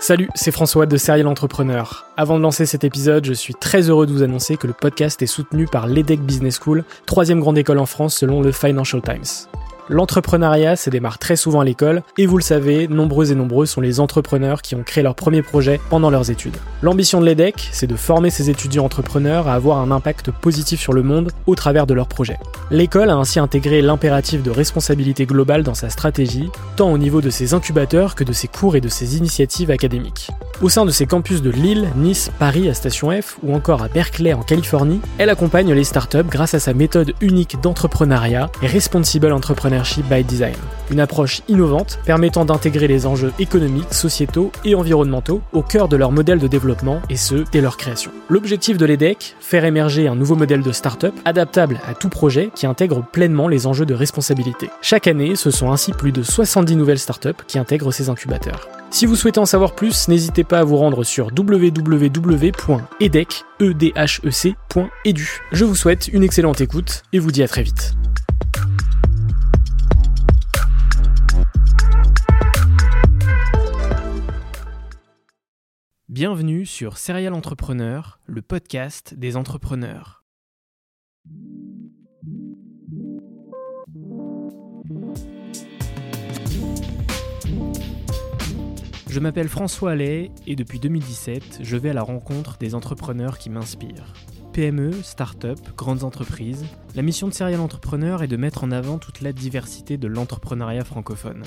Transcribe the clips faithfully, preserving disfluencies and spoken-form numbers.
Salut, c'est François de Serial Entrepreneur. Avant de lancer cet épisode, je suis très heureux de vous annoncer que le podcast est soutenu par l'EDEC Business School, troisième grande école en France selon le Financial Times. L'entrepreneuriat, ça démarre très souvent à l'école, et vous le savez, nombreux et nombreux sont les entrepreneurs qui ont créé leur premier projet pendant leurs études. L'ambition de l'EDEC, c'est de former ces étudiants entrepreneurs à avoir un impact positif sur le monde au travers de leurs projets. L'école a ainsi intégré l'impératif de responsabilité globale dans sa stratégie, tant au niveau de ses incubateurs que de ses cours et de ses initiatives académiques. Au sein de ses campus de Lille, Nice, Paris à Station F ou encore à Berkeley en Californie, elle accompagne les startups grâce à sa méthode unique d'entrepreneuriat et Responsible Entrepreneurship by Design. Une approche innovante permettant d'intégrer les enjeux économiques, sociétaux et environnementaux au cœur de leur modèle de développement et ce, dès leur création. L'objectif de l'EDEC, faire émerger un nouveau modèle de start-up adaptable à tout projet qui intègre pleinement les enjeux de responsabilité. Chaque année, ce sont ainsi plus de soixante-dix nouvelles startups qui intègrent ces incubateurs. Si vous souhaitez en savoir plus, n'hésitez pas à vous rendre sur w w w point edec point e d u. Je vous souhaite une excellente écoute et vous dis à très vite. Bienvenue sur Serial Entrepreneur, le podcast des entrepreneurs. Je m'appelle François Allais et depuis deux mille dix-sept, je vais à la rencontre des entrepreneurs qui m'inspirent. P M E, start-up, grandes entreprises, la mission de Serial Entrepreneur est de mettre en avant toute la diversité de l'entrepreneuriat francophone.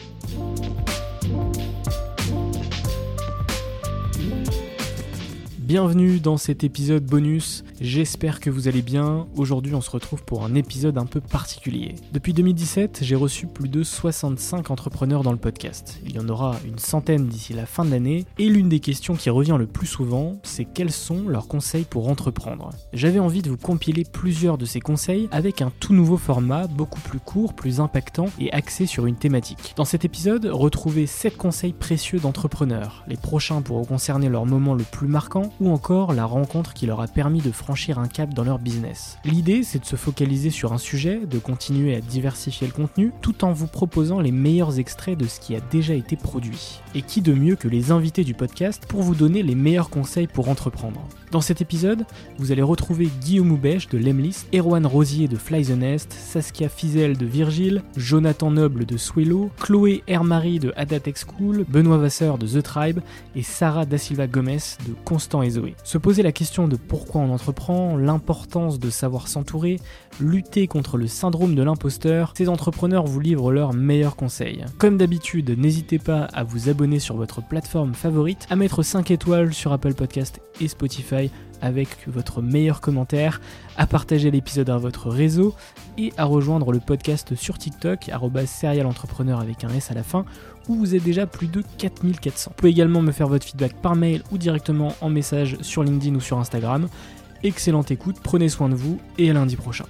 Bienvenue dans cet épisode bonus, j'espère que vous allez bien. Aujourd'hui on se retrouve pour un épisode un peu particulier. Depuis deux mille dix-sept, j'ai reçu plus de soixante-cinq entrepreneurs dans le podcast. Il y en aura une centaine d'ici la fin de l'année, et l'une des questions qui revient le plus souvent, c'est quels sont leurs conseils pour entreprendre. J'avais envie de vous compiler plusieurs de ces conseils avec un tout nouveau format, beaucoup plus court, plus impactant et axé sur une thématique. Dans cet épisode, retrouvez sept conseils précieux d'entrepreneurs. Les prochains pourront concerner leur moment le plus marquant, ou encore la rencontre qui leur a permis de franchir un cap dans leur business. L'idée, c'est de se focaliser sur un sujet, de continuer à diversifier le contenu, tout en vous proposant les meilleurs extraits de ce qui a déjà été produit. Et qui de mieux que les invités du podcast pour vous donner les meilleurs conseils pour entreprendre. Dans cet épisode, vous allez retrouver Guillaume Houbèche de Lemlist, Erwan Rosier de Fly the Nest, Saskia Fizel de Virgile, Jonathan Noble de Swello, Chloé Hermary de Adatech School, Benoît Vasseur de The Tribe et Sarah Da Silva Gomez de Constant et Zoé. Se poser la question de pourquoi on entreprend, l'importance de savoir s'entourer, lutter contre le syndrome de l'imposteur, ces entrepreneurs vous livrent leurs meilleurs conseils. Comme d'habitude, n'hésitez pas à vous abonner sur votre plateforme favorite, à mettre cinq étoiles sur Apple Podcast et Spotify avec votre meilleur commentaire, à partager l'épisode à votre réseau et à rejoindre le podcast sur TikTok, arobase serial entrepreneur avec un S à la fin, où vous êtes déjà plus de quatre mille quatre cents. Vous pouvez également me faire votre feedback par mail ou directement en message sur LinkedIn ou sur Instagram. Excellente écoute, prenez soin de vous et à lundi prochain.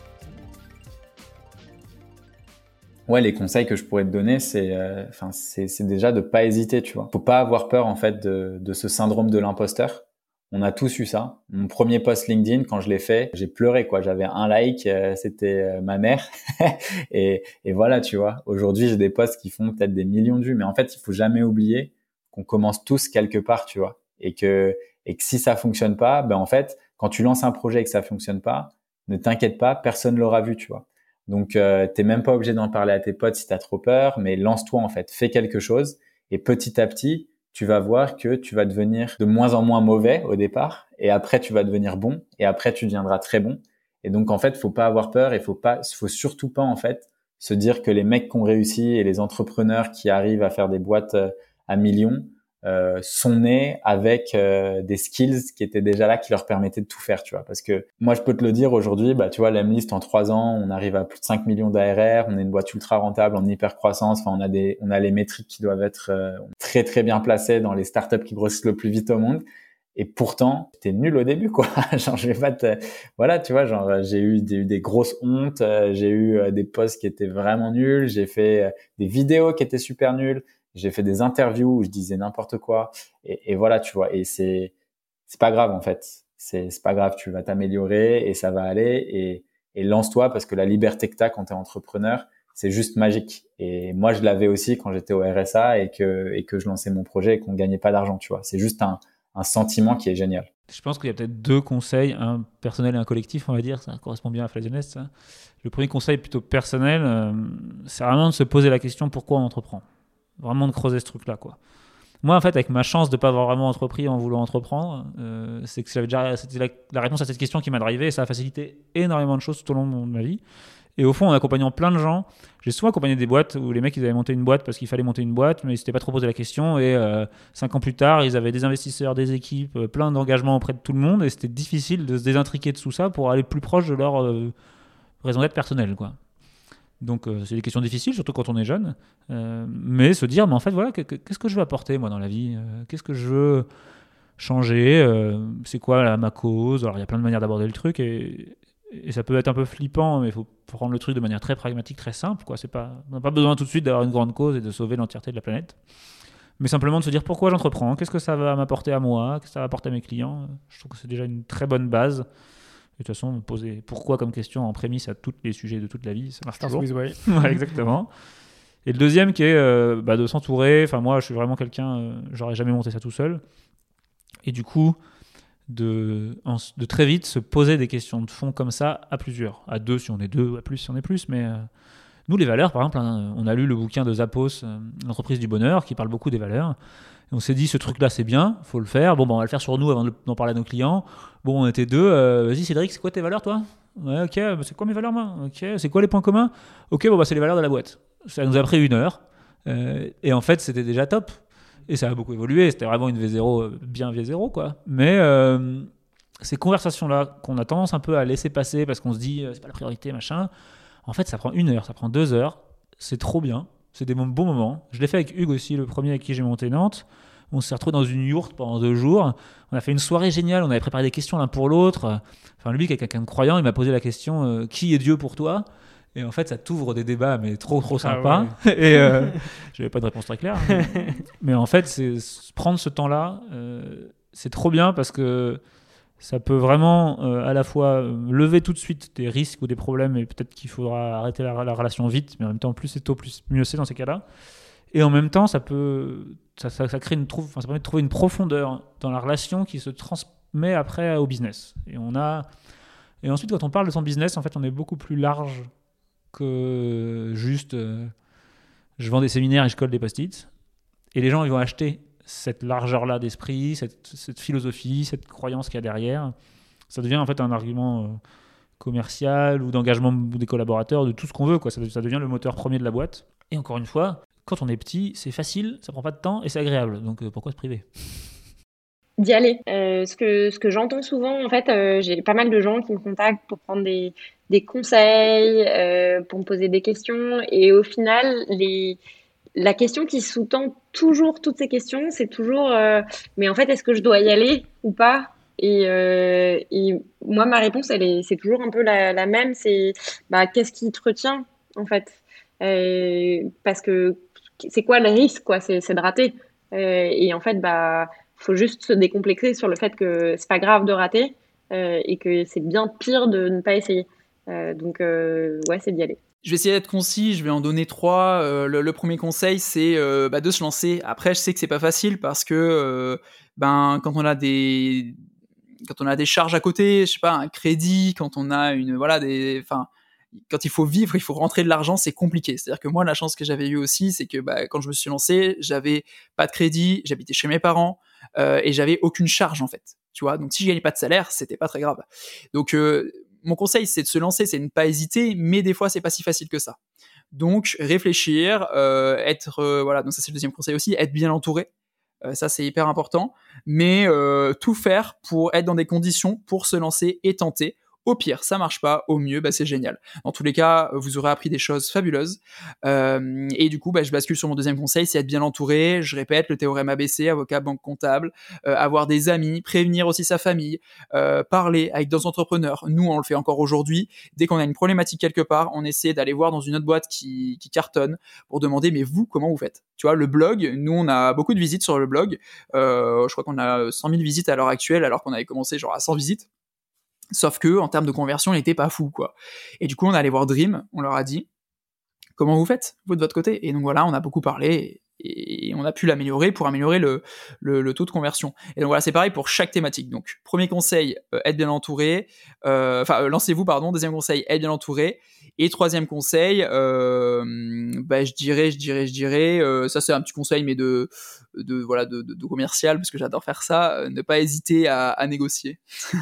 Ouais, les conseils que je pourrais te donner, c'est, euh, enfin, c'est, c'est déjà de pas hésiter, tu vois. Faut pas avoir peur en fait de, de ce syndrome de l'imposteur. On a tous eu ça. Mon premier post LinkedIn, quand je l'ai fait, j'ai pleuré, quoi. J'avais un like, euh, c'était euh, ma mère. et, et voilà, tu vois. Aujourd'hui, j'ai des posts qui font peut-être des millions de vues, mais en fait, il faut jamais oublier qu'on commence tous quelque part, tu vois. Et que, et que si ça fonctionne pas, ben en fait, quand tu lances un projet et que ça fonctionne pas, ne t'inquiète pas, personne l'aura vu, tu vois. Donc, euh, t'es même pas obligé d'en parler à tes potes si t'as trop peur, mais lance-toi en fait, fais quelque chose et petit à petit, tu vas voir que tu vas devenir de moins en moins mauvais au départ et après tu vas devenir bon et après tu deviendras très bon. Et donc en fait, faut pas avoir peur et faut pas, faut surtout pas en fait se dire que les mecs qui ont réussi et les entrepreneurs qui arrivent à faire des boîtes à millions euh, sont nés avec euh, des skills qui étaient déjà là, qui leur permettaient de tout faire, tu vois. Parce que moi, je peux te le dire aujourd'hui, bah, tu vois, Lemlist, en trois ans, on arrive à plus de cinq millions d'A R R, on est une boîte ultra rentable, en hyper croissance, enfin, on a des, on a les métriques qui doivent être euh, très, très bien placées dans les startups qui grossissent le plus vite au monde. Et pourtant, j'étais nul au début, quoi. Genre, je vais pas te, voilà, tu vois, genre, j'ai eu des, eu des grosses hontes, euh, j'ai eu euh, des posts qui étaient vraiment nuls, j'ai fait euh, des vidéos qui étaient super nulles, j'ai fait des interviews où je disais n'importe quoi. Et, et voilà, tu vois. Et c'est, c'est pas grave, en fait. C'est, c'est pas grave. Tu vas t'améliorer et ça va aller. Et, et lance-toi parce que la liberté que t'as quand t'es entrepreneur, c'est juste magique. Et moi, je l'avais aussi quand j'étais au R S A et que, et que je lançais mon projet et qu'on gagnait pas d'argent, tu vois. C'est juste un, un sentiment qui est génial. Je pense qu'il y a peut-être deux conseils, un personnel et un collectif, on va dire. Ça correspond bien à Flasionest, ça. Le premier conseil, plutôt personnel, euh, c'est vraiment de se poser la question pourquoi on entreprend. Vraiment de creuser ce truc-là, quoi. Moi, en fait, avec ma chance de ne pas avoir vraiment entrepris en voulant entreprendre, euh, c'est que j'avais déjà, c'était la, la réponse à cette question qui m'a drivé et ça a facilité énormément de choses tout au long de, mon, de ma vie. Et au fond, en accompagnant plein de gens, j'ai souvent accompagné des boîtes où les mecs, ils avaient monté une boîte parce qu'il fallait monter une boîte, mais ils ne s'étaient pas trop posé la question. Et euh, cinq ans plus tard, ils avaient des investisseurs, des équipes, euh, plein d'engagements auprès de tout le monde. Et c'était difficile de se désintriquer de tout ça pour aller plus proche de leur euh, raison d'être personnelle, quoi. Donc, euh, c'est des questions difficiles, surtout quand on est jeune. Euh, mais se dire, mais en fait, voilà, qu'est-ce que je veux apporter, moi, dans la vie ? euh, Qu'est-ce que je veux changer ? euh, C'est quoi là, ma cause ? Alors, il y a plein de manières d'aborder le truc. Et, et ça peut être un peu flippant, mais il faut prendre le truc de manière très pragmatique, très simple, quoi. C'est pas, on n'a pas besoin tout de suite d'avoir une grande cause et de sauver l'entièreté de la planète. Mais simplement de se dire pourquoi j'entreprends, qu'est-ce que ça va m'apporter à moi, qu'est-ce que ça va apporter à mes clients. Je trouve que c'est déjà une très bonne base. Et de toute façon, me poser pourquoi comme question en prémisse à tous les sujets de toute la vie, ça marche toujours. With way. Ouais, exactement. Et le deuxième qui est euh, bah, de s'entourer. Enfin, moi, je suis vraiment quelqu'un, euh, j'aurais jamais monté ça tout seul. Et du coup, de, en, de très vite se poser des questions de fond comme ça à plusieurs. À deux si on est deux, à plus si on est plus. Mais euh, nous, les valeurs, par exemple, hein, on a lu le bouquin de Zappos, euh, L'entreprise du bonheur, qui parle beaucoup des valeurs. Et on s'est dit, ce truc-là, c'est bien, faut le faire. Bon, bah, on va le faire sur nous avant d'en parler à nos clients. Bon, on était deux. Euh, vas-y, Cédric, c'est quoi tes valeurs, toi ? Ouais, ok. Bah, c'est quoi mes valeurs, moi ? Ok. C'est quoi les points communs ? Ok, bon, bah, c'est les valeurs de la boîte. Ça nous a pris une heure. Euh, et en fait, c'était déjà top. Et ça a beaucoup évolué. C'était vraiment une V zéro, bien V zéro, quoi. Mais euh, ces conversations-là qu'on a tendance un peu à laisser passer parce qu'on se dit, euh, c'est pas la priorité, machin. En fait, ça prend une heure, ça prend deux heures. C'est trop bien. C'est des bons moments. Je l'ai fait avec Hugues aussi, le premier avec qui j'ai monté Nantes. On s'est retrouvés dans une yourte pendant deux jours. On a fait une soirée géniale. On avait préparé des questions l'un pour l'autre. Enfin, lui, qui est quelqu'un de croyant, il m'a posé la question euh, qui est Dieu pour toi ? Et en fait, ça t'ouvre des débats, mais trop, trop sympas. Ah ouais. Et euh, je n'avais pas de réponse très claire. Mais, mais en fait, c'est, prendre ce temps-là, euh, c'est trop bien parce que ça peut vraiment euh, à la fois lever tout de suite des risques ou des problèmes et peut-être qu'il faudra arrêter la, la relation vite, mais en même temps, plus c'est tôt, plus mieux c'est dans ces cas-là. Et en même temps, ça peut, ça, ça, ça crée une, enfin, ça permet de trouver une profondeur dans la relation qui se transmet après au business. Et on a, et ensuite, quand on parle de son business, en fait, on est beaucoup plus large que juste euh, je vends des séminaires et je colle des post-it. Et les gens, ils vont acheter cette largeur-là d'esprit, cette, cette philosophie, cette croyance qu'il y a derrière. Ça devient en fait un argument euh, commercial ou d'engagement des collaborateurs, de tout ce qu'on veut, quoi. Ça, ça devient le moteur premier de la boîte. Et encore une fois, quand on est petit, c'est facile, ça prend pas de temps et c'est agréable. Donc euh, pourquoi se priver ? D'y aller. Euh, ce que ce que j'entends souvent, en fait, euh, j'ai pas mal de gens qui me contactent pour prendre des des conseils, euh, pour me poser des questions, et au final, les la question qui sous-tend toujours toutes ces questions, c'est toujours, euh, mais en fait, est-ce que je dois y aller ou pas ? Et, euh, et moi, ma réponse, elle est, c'est toujours un peu la, la même. C'est, bah, qu'est-ce qui te retient, en fait ? Euh, parce que c'est quoi le risque, quoi ? C'est, c'est de rater. Euh, et en fait, bah, faut juste se décomplexer sur le fait que c'est pas grave de rater euh, et que c'est bien pire de ne pas essayer. Euh, donc, euh, ouais, c'est d'y aller. Je vais essayer d'être concis, je vais en donner trois. Euh, le, le premier conseil, c'est euh, bah, de se lancer. Après, je sais que c'est pas facile parce que euh, ben quand on a des quand on a des charges à côté, je sais pas, un crédit, quand on a une voilà des, enfin, quand il faut vivre, il faut rentrer de l'argent, c'est compliqué. C'est-à-dire que moi, la chance que j'avais eue aussi, c'est que bah, quand je me suis lancé, j'avais pas de crédit, j'habitais chez mes parents euh, et j'avais aucune charge en fait. Tu vois, donc si je gagnais pas de salaire, c'était pas très grave. Donc euh, mon conseil, c'est de se lancer, c'est de ne pas hésiter, mais des fois, c'est pas si facile que ça. Donc, réfléchir, euh, être, euh, voilà, donc ça c'est le deuxième conseil aussi, être bien entouré. Euh, ça, c'est hyper important. Mais euh, tout faire pour être dans des conditions pour se lancer et tenter. Au pire, ça marche pas. Au mieux, bah, c'est génial. Dans tous les cas, vous aurez appris des choses fabuleuses. Euh, et du coup, bah, je bascule sur mon deuxième conseil, c'est être bien entouré. Je répète, le théorème A B C, avocat, banque, comptable, euh, avoir des amis, prévenir aussi sa famille, euh, parler avec d'autres entrepreneurs. Nous, on le fait encore aujourd'hui. Dès qu'on a une problématique quelque part, on essaie d'aller voir dans une autre boîte qui, qui cartonne pour demander, mais vous, comment vous faites ? Tu vois, le blog, nous, on a beaucoup de visites sur le blog. Euh, je crois qu'on a cent mille visites à l'heure actuelle, alors qu'on avait commencé genre à cent visites. Sauf que, en termes de conversion, il n'était pas fou, quoi. Et du coup, on est allé voir Dream, on leur a dit, comment vous faites, vous de votre côté? Et donc voilà, on a beaucoup parlé et, et on a pu l'améliorer pour améliorer le, le, le taux de conversion. Et donc voilà, c'est pareil pour chaque thématique. Donc, premier conseil, euh, être bien entouré. Euh, enfin, euh, lancez-vous, pardon. Deuxième conseil, être bien entouré. Et troisième conseil, euh, bah, je dirais, je dirais, je dirais, euh, ça c'est un petit conseil, mais de, de voilà, de, de, de commercial, parce que j'adore faire ça. Euh, ne pas hésiter à, à négocier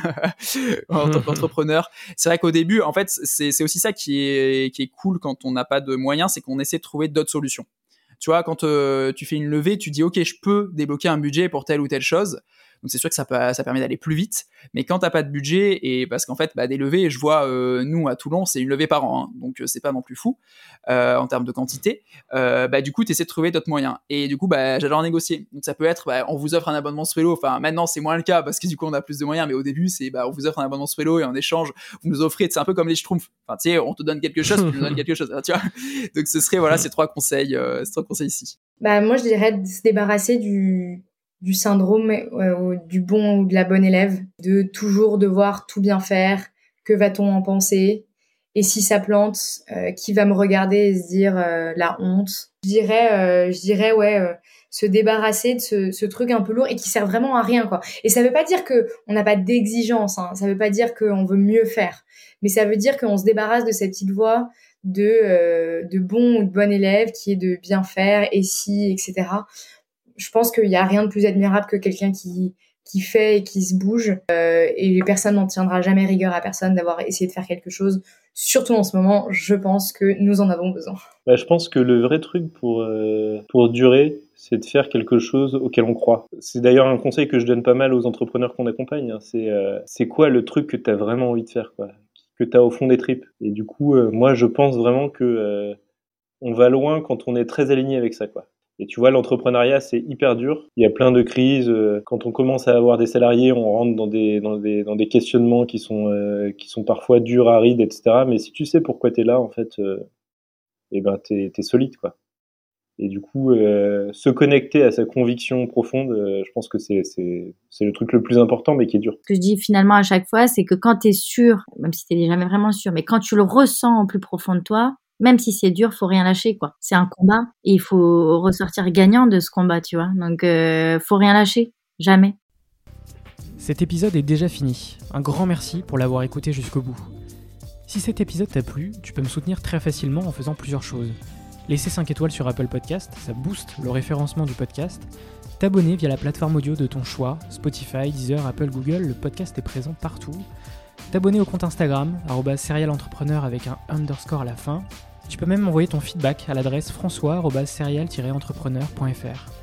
en tant qu'entrepreneur. C'est vrai qu'au début, en fait, c'est, c'est aussi ça qui est, qui est cool quand on n'a pas de moyens, c'est qu'on essaie de trouver d'autres solutions. Tu vois, quand euh, tu fais une levée, tu dis ok, je peux débloquer un budget pour telle ou telle chose. Donc c'est sûr que ça, peut, ça permet d'aller plus vite. Mais quand t'as pas de budget, et parce qu'en fait, bah, des levées, je vois euh, nous à Toulon, c'est une levée par an, hein, donc euh, c'est pas non plus fou euh, en termes de quantité. Euh, bah du coup, t'essaies de trouver d'autres moyens. Et du coup, bah j'adore négocier. Donc ça peut être, bah, on vous offre un abonnement Swello. Enfin maintenant c'est moins le cas parce que du coup on a plus de moyens. Mais au début, c'est bah on vous offre un abonnement Swello et en échange vous nous offrez. C'est un peu comme les Schtroumpfs. Enfin tu sais, on te donne quelque chose, tu nous donnes quelque chose. Hein, tu vois. Donc ce serait voilà ces trois conseils, euh, ces trois conseils ici. Bah moi je dirais de se débarrasser du du syndrome euh, du bon ou de la bonne élève, de toujours devoir tout bien faire, que va-t-on en penser, et si ça plante, euh, qui va me regarder et se dire euh, la honte. Je dirais, euh, je dirais ouais, euh, se débarrasser de ce, ce truc un peu lourd et qui sert vraiment à rien quoi. Et ça veut pas dire que on n'a pas d'exigence, hein, ça veut pas dire qu'on veut mieux faire, mais ça veut dire qu'on se débarrasse de cette petite voix de euh, de bon ou de bon élève qui est de bien faire et si, et cetera. Je pense qu'il y a rien de plus admirable que quelqu'un qui qui fait et qui se bouge euh, et personne n'en tiendra jamais rigueur à personne d'avoir essayé de faire quelque chose. Surtout en ce moment, je pense que nous en avons besoin. Bah, je pense que le vrai truc pour euh, pour durer, c'est de faire quelque chose auquel on croit. C'est d'ailleurs un conseil que je donne pas mal aux entrepreneurs qu'on accompagne. Hein. C'est euh, c'est quoi le truc que tu as vraiment envie de faire, quoi, que tu as au fond des tripes. Et du coup, euh, moi, je pense vraiment que euh, on va loin quand on est très aligné avec ça, quoi. Et tu vois, l'entrepreneuriat, c'est hyper dur. Il y a plein de crises. Quand on commence à avoir des salariés, on rentre dans des, dans des, dans des questionnements qui sont, euh, qui sont parfois durs, arides, et cetera. Mais si tu sais pourquoi t'es là, en fait, euh, eh ben, t'es, t'es solide, quoi. Et du coup, euh, se connecter à sa conviction profonde, euh, je pense que c'est, c'est, c'est le truc le plus important, mais qui est dur. Ce que je dis finalement à chaque fois, c'est que quand t'es sûr, même si t'es jamais vraiment sûr, mais quand tu le ressens au plus profond de toi, même si c'est dur, faut rien lâcher, quoi. C'est un combat et il faut ressortir gagnant de ce combat, tu vois. Donc, euh, faut rien lâcher. Jamais. Cet épisode est déjà fini. Un grand merci pour l'avoir écouté jusqu'au bout. Si cet épisode t'a plu, tu peux me soutenir très facilement en faisant plusieurs choses. Laisser cinq étoiles sur Apple Podcast, ça booste le référencement du podcast. T'abonner via la plateforme audio de ton choix, Spotify, Deezer, Apple, Google, le podcast est présent partout. T'abonner au compte Instagram, arobase serial entrepreneur avec un underscore à la fin. Tu peux même m'envoyer ton feedback à l'adresse françois arobase serial tiret entrepreneur point f r.